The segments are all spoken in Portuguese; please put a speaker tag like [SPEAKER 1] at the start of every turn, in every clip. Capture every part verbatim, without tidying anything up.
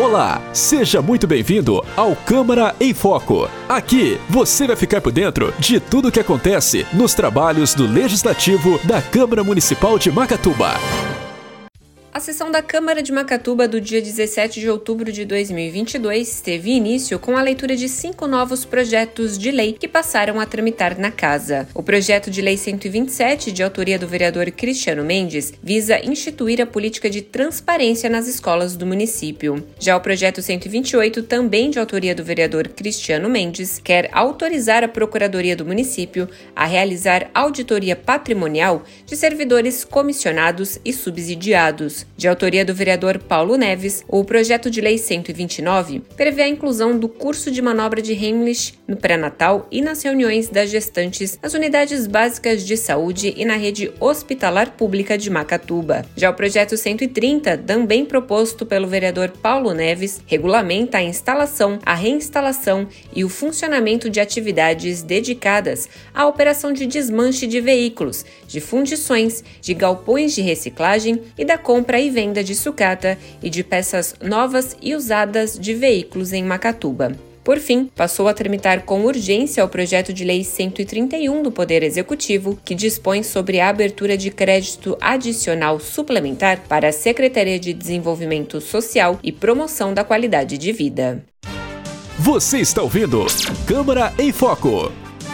[SPEAKER 1] Olá, seja muito bem-vindo ao Câmara em Foco. Aqui você vai ficar por dentro de tudo o que acontece nos trabalhos do Legislativo da Câmara Municipal de Macatuba.
[SPEAKER 2] A sessão da Câmara de Macatuba do dia dezessete de outubro de dois mil e vinte e dois teve início com a leitura de cinco novos projetos de lei que passaram a tramitar na Casa. O projeto de lei cento e vinte e sete, de autoria do vereador Cristiano Mendes, visa instituir a política de transparência nas escolas do município. Já o projeto cento e vinte e oito, também de autoria do vereador Cristiano Mendes, quer autorizar a Procuradoria do município a realizar auditoria patrimonial de servidores comissionados e subsidiados. De autoria do vereador Paulo Neves, o projeto de lei cento e vinte e nove prevê a inclusão do curso de manobra de Heimlich no pré-natal e nas reuniões das gestantes nas unidades básicas de saúde e na rede hospitalar pública de Macatuba. Já o projeto cento e trinta, também proposto pelo vereador Paulo Neves, regulamenta a instalação, a reinstalação e o funcionamento de atividades dedicadas à operação de desmanche de veículos, de fundições, de galpões de reciclagem e da compra e venda de sucata e de peças novas e usadas de veículos em Macatuba. Por fim, passou a tramitar com urgência o projeto de lei cento e trinta e um do Poder Executivo, que dispõe sobre a abertura de crédito adicional suplementar para a Secretaria de Desenvolvimento Social e Promoção da Qualidade de Vida.
[SPEAKER 1] Você está ouvindo Câmara em Foco.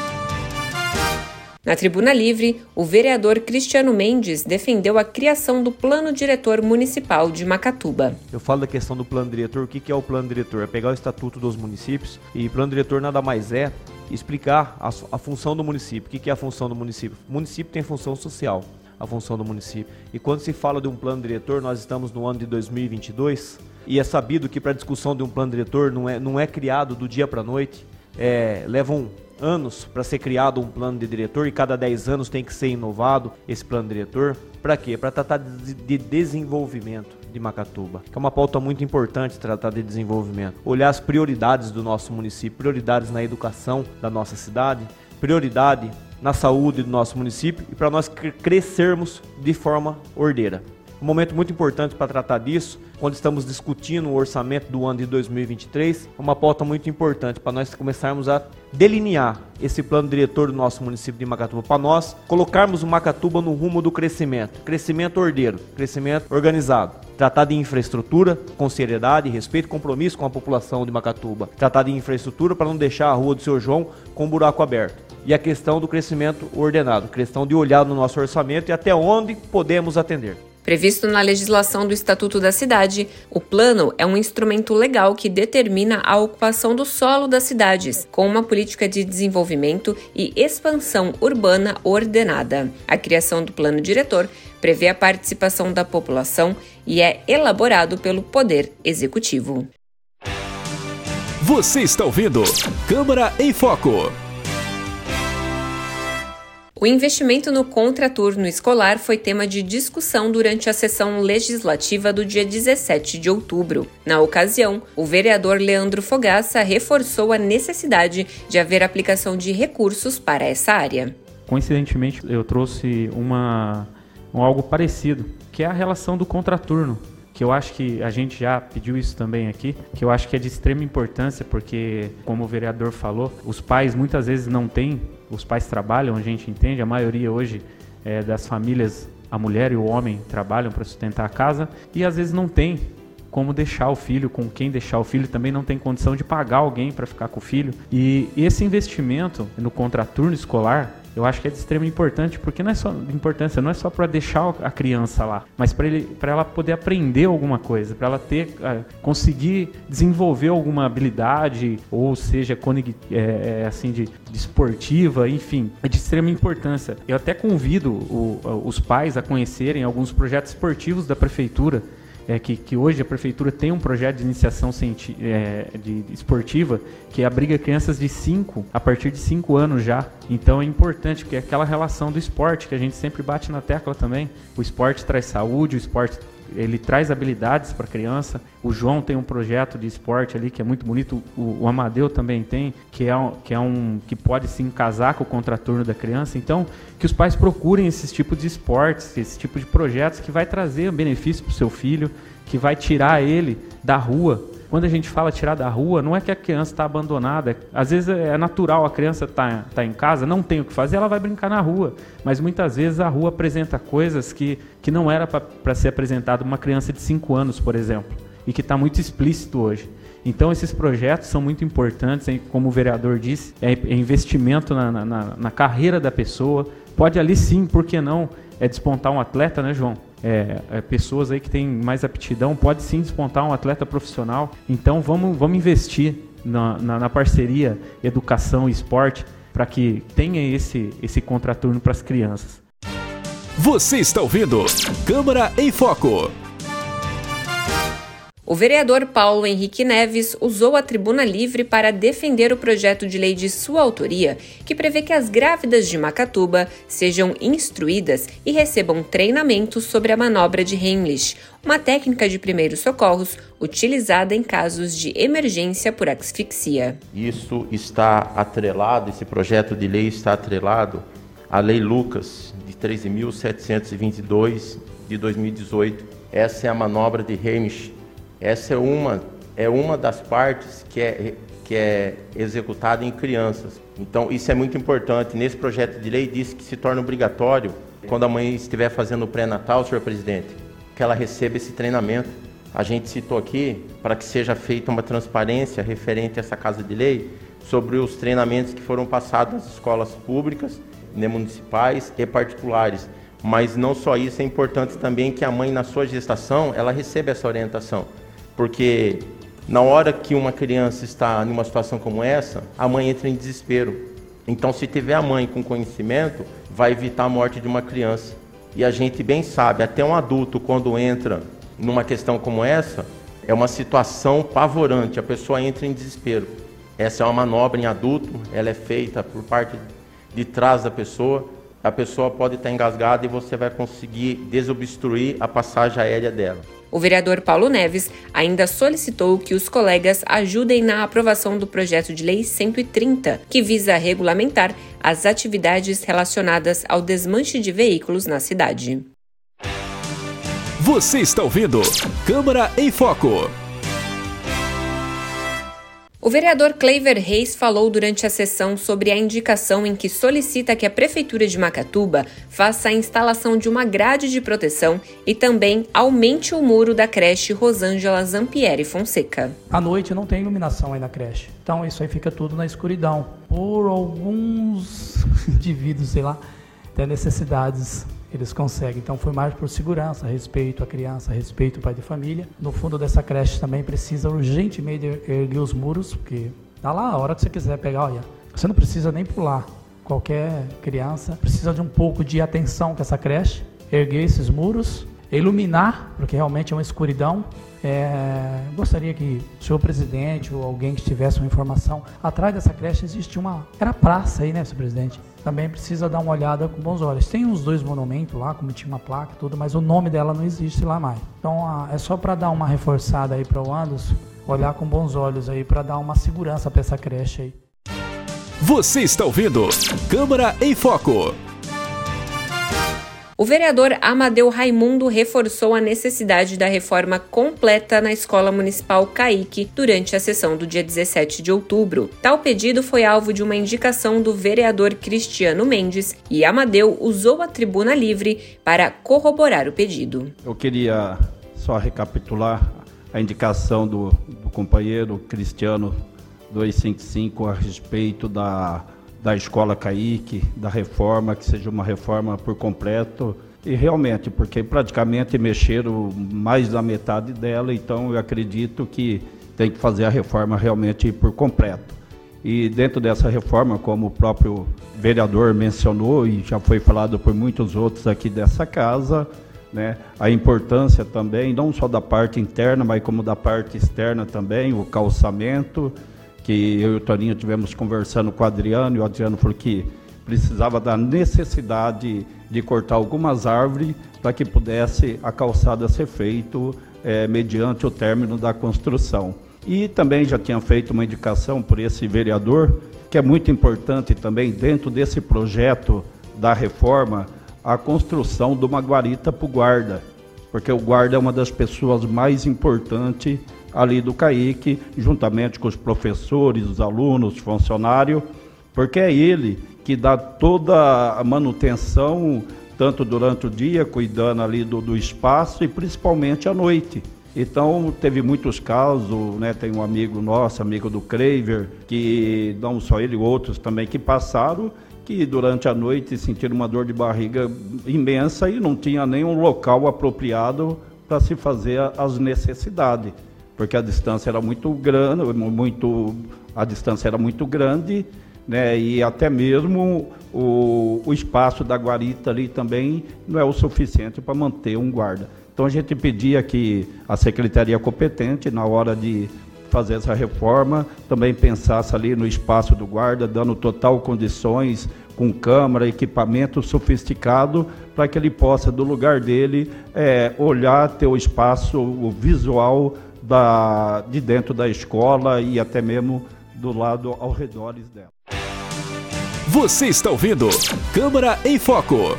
[SPEAKER 2] Na Tribuna Livre, o vereador Cristiano Mendes defendeu a criação do Plano Diretor Municipal de Macatuba.
[SPEAKER 3] Eu falo da questão do Plano Diretor. O que é o Plano Diretor? É pegar o Estatuto dos Municípios e Plano Diretor nada mais é explicar a, a função do município. O que é a função do município? O município tem função social, a função do município. E quando se fala de um Plano Diretor, nós estamos no ano de dois mil e vinte e dois e é sabido que para a discussão de um Plano Diretor não é, não é criado do dia para a noite, é, levam anos para ser criado um plano de diretor e cada dez anos tem que ser inovado esse plano diretor. Para quê? Para tratar de, de desenvolvimento de Macatuba, que é uma pauta muito importante, tratar de desenvolvimento. Olhar as prioridades do nosso município, prioridades na educação da nossa cidade, prioridade na saúde do nosso município e para nós crescermos de forma ordeira. Um momento muito importante para tratar disso, quando estamos discutindo o orçamento do ano de dois mil e vinte e três, é uma pauta muito importante para nós começarmos a delinear esse plano diretor do nosso município de Macatuba, para nós colocarmos o Macatuba no rumo do crescimento, crescimento ordeiro, crescimento organizado. Tratar de infraestrutura com seriedade, respeito e compromisso com a população de Macatuba. Tratar de infraestrutura para não deixar a rua do Seu João com um buraco aberto. E a questão do crescimento ordenado, questão de olhar no nosso orçamento e até onde podemos atender.
[SPEAKER 2] Previsto na legislação do Estatuto da Cidade, o plano é um instrumento legal que determina a ocupação do solo das cidades, com uma política de desenvolvimento e expansão urbana ordenada. A criação do plano diretor prevê a participação da população e é elaborado pelo Poder Executivo.
[SPEAKER 1] Você está ouvindo Câmara em Foco.
[SPEAKER 2] O investimento no contraturno escolar foi tema de discussão durante a sessão legislativa do dia dezessete de outubro. Na ocasião, o vereador Leandro Fogaça reforçou a necessidade de haver aplicação de recursos para essa área.
[SPEAKER 4] Coincidentemente, eu trouxe uma, um algo parecido, que é a relação do contraturno, que eu acho que a gente já pediu isso também aqui, que eu acho que é de extrema importância, porque, como o vereador falou, os pais muitas vezes não têm, os pais trabalham, a gente entende, a maioria hoje é, das famílias, a mulher e o homem trabalham para sustentar a casa e às vezes não tem como deixar o filho, com quem deixar o filho, também não tem condição de pagar alguém para ficar com o filho. E esse investimento no contraturno escolar, eu acho que é de extrema importância, porque não é só importância, não é só para deixar a criança lá, mas para ele, para ela poder aprender alguma coisa, para ela ter, uh, conseguir desenvolver alguma habilidade, ou seja, é, é, assim de, de esportiva, enfim, é de extrema importância. Eu até convido o, os pais a conhecerem alguns projetos esportivos da prefeitura. É que, que hoje a prefeitura tem um projeto de iniciação cienti- é, de, de esportiva que abriga crianças de cinco, a partir de cinco anos já. Então é importante, porque é aquela relação do esporte que a gente sempre bate na tecla também. O esporte traz saúde, o esporte ele traz habilidades para a criança. O João tem um projeto de esporte ali que é muito bonito, o, o Amadeu também tem, que é, um, que é um que pode sim casar com o contraturno da criança. Então, que os pais procurem esses tipos de esportes, esse tipo de projetos que vai trazer benefício para o seu filho, que vai tirar ele da rua, Quando a gente fala tirar da rua, não é que a criança está abandonada. Às vezes é natural, a criança está tá em casa, não tem o que fazer, ela vai brincar na rua. Mas muitas vezes a rua apresenta coisas que, que não era para ser apresentado uma criança de cinco anos, por exemplo, e que está muito explícito hoje. Então esses projetos são muito importantes, hein? Como o vereador disse, é investimento na, na, na carreira da pessoa. Pode ali sim, por que não, é despontar um atleta, né, João? É, é, pessoas aí que têm mais aptidão, pode sim despontar um atleta profissional. Então vamos, vamos investir na, na, na parceria educação e esporte para que tenha esse, esse contraturno para as crianças.
[SPEAKER 1] Você está ouvindo Câmara em Foco.
[SPEAKER 2] O vereador Paulo Henrique Neves usou a tribuna livre para defender o projeto de lei de sua autoria, que prevê que as grávidas de Macatuba sejam instruídas e recebam treinamento sobre a manobra de Heimlich, uma técnica de primeiros socorros utilizada em casos de emergência por asfixia.
[SPEAKER 5] Isso está atrelado, esse projeto de lei está atrelado à Lei Lucas, de treze mil setecentos e vinte e dois, de dois mil e dezoito. Essa é a manobra de Heimlich. Essa é uma, é uma das partes que é, que é executada em crianças. Então, isso é muito importante. Nesse projeto de lei, diz que se torna obrigatório, quando a mãe estiver fazendo o pré-natal, senhor presidente, que ela receba esse treinamento. A gente citou aqui para que seja feita uma transparência referente a essa Casa de Lei sobre os treinamentos que foram passados nas escolas públicas, né, municipais e particulares. Mas não só isso, é importante também que a mãe, na sua gestação, ela receba essa orientação. Porque na hora que uma criança está em uma situação como essa, a mãe entra em desespero. Então, se tiver a mãe com conhecimento, vai evitar a morte de uma criança. E a gente bem sabe, até um adulto, quando entra numa questão como essa, é uma situação pavorante, a pessoa entra em desespero. Essa é uma manobra em adulto, ela é feita por parte de trás da pessoa, a pessoa pode estar engasgada e você vai conseguir desobstruir a passagem aérea dela.
[SPEAKER 2] O vereador Paulo Neves ainda solicitou que os colegas ajudem na aprovação do projeto de lei cento e trinta, que visa regulamentar as atividades relacionadas ao desmanche de veículos na cidade.
[SPEAKER 1] Você está ouvindo Câmara em Foco.
[SPEAKER 2] O vereador Cleiver Reis falou durante a sessão sobre a indicação em que solicita que a Prefeitura de Macatuba faça a instalação de uma grade de proteção e também aumente o muro da creche Rosângela Zampieri Fonseca.
[SPEAKER 6] À noite não tem iluminação aí na creche, então isso aí fica tudo na escuridão. Por alguns indivíduos, sei lá, tem necessidades, eles conseguem. Então foi mais por segurança, respeito à criança, respeito ao pai de família. No fundo dessa creche também precisa urgentemente erguer os muros, porque tá lá a hora que você quiser pegar, olha, você não precisa nem pular. Qualquer criança precisa de um pouco de atenção com essa creche, erguer esses muros, iluminar, porque realmente é uma escuridão. É, gostaria que o senhor presidente ou alguém que tivesse uma informação, atrás dessa creche existe uma, era praça aí, né, senhor presidente? Também precisa dar uma olhada com bons olhos. Tem uns dois monumentos lá, como tinha uma placa e tudo, mas o nome dela não existe lá mais. Então a, é só para dar uma reforçada aí para o Anderson, olhar com bons olhos aí, para dar uma segurança para essa creche aí.
[SPEAKER 1] Você está ouvindo Câmara em Foco.
[SPEAKER 2] O vereador Amadeu Raimundo reforçou a necessidade da reforma completa na Escola Municipal Caique durante a sessão do dia dezessete de outubro. Tal pedido foi alvo de uma indicação do vereador Cristiano Mendes e Amadeu usou a tribuna livre para corroborar o pedido.
[SPEAKER 7] Eu queria só recapitular a indicação do, do companheiro Cristiano duzentos e cinquenta e cinco a respeito da... da Escola Caique, da reforma, que seja uma reforma por completo, e realmente, porque praticamente mexeram mais da metade dela, então eu acredito que tem que fazer a reforma realmente por completo. E dentro dessa reforma, como o próprio vereador mencionou, e já foi falado por muitos outros aqui dessa casa, né, a importância também, não só da parte interna, mas como da parte externa também, o calçamento, que eu e o Toninho tivemos conversando com o Adriano, e o Adriano falou que precisava da necessidade de cortar algumas árvores para que pudesse a calçada ser feito é, mediante o término da construção. E também já tinha feito uma indicação por esse vereador, que é muito importante também dentro desse projeto da reforma, a construção de uma guarita para o guarda, porque o guarda é uma das pessoas mais importantes ali do CAIC, juntamente com os professores, os alunos, os funcionários, porque é ele que dá toda a manutenção, tanto durante o dia, cuidando ali do, do espaço e principalmente à noite. Então, teve muitos casos, né? Tem um amigo nosso, amigo do Craver, que não só ele, outros também que passaram, que durante a noite sentiram uma dor de barriga imensa e não tinha nenhum local apropriado para se fazer as necessidades, porque a distância era muito grande, muito, a distância era muito grande, né? E até mesmo o, o espaço da guarita ali também não é o suficiente para manter um guarda. Então a gente pedia que a secretaria competente, na hora de fazer essa reforma, também pensasse ali no espaço do guarda, dando total condições, com câmera, equipamento sofisticado, para que ele possa, do lugar dele, é, olhar, ter o espaço, o visual da, de dentro da escola e até mesmo do lado ao redor dela.
[SPEAKER 1] Você está ouvindo Câmara em Foco.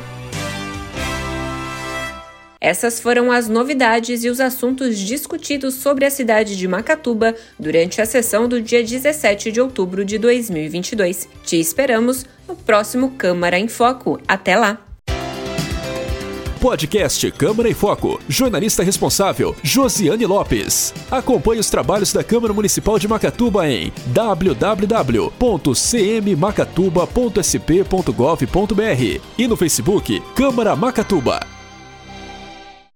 [SPEAKER 2] Essas foram as novidades e os assuntos discutidos sobre a cidade de Macatuba durante a sessão do dia dezessete de outubro de dois mil e vinte e dois. Te esperamos no próximo Câmara em Foco. Até lá!
[SPEAKER 1] Podcast Câmara em Foco. Jornalista responsável, Josiane Lopes. Acompanhe os trabalhos da Câmara Municipal de Macatuba em w w w ponto c m macatuba ponto s p ponto gov ponto b r e no Facebook Câmara Macatuba.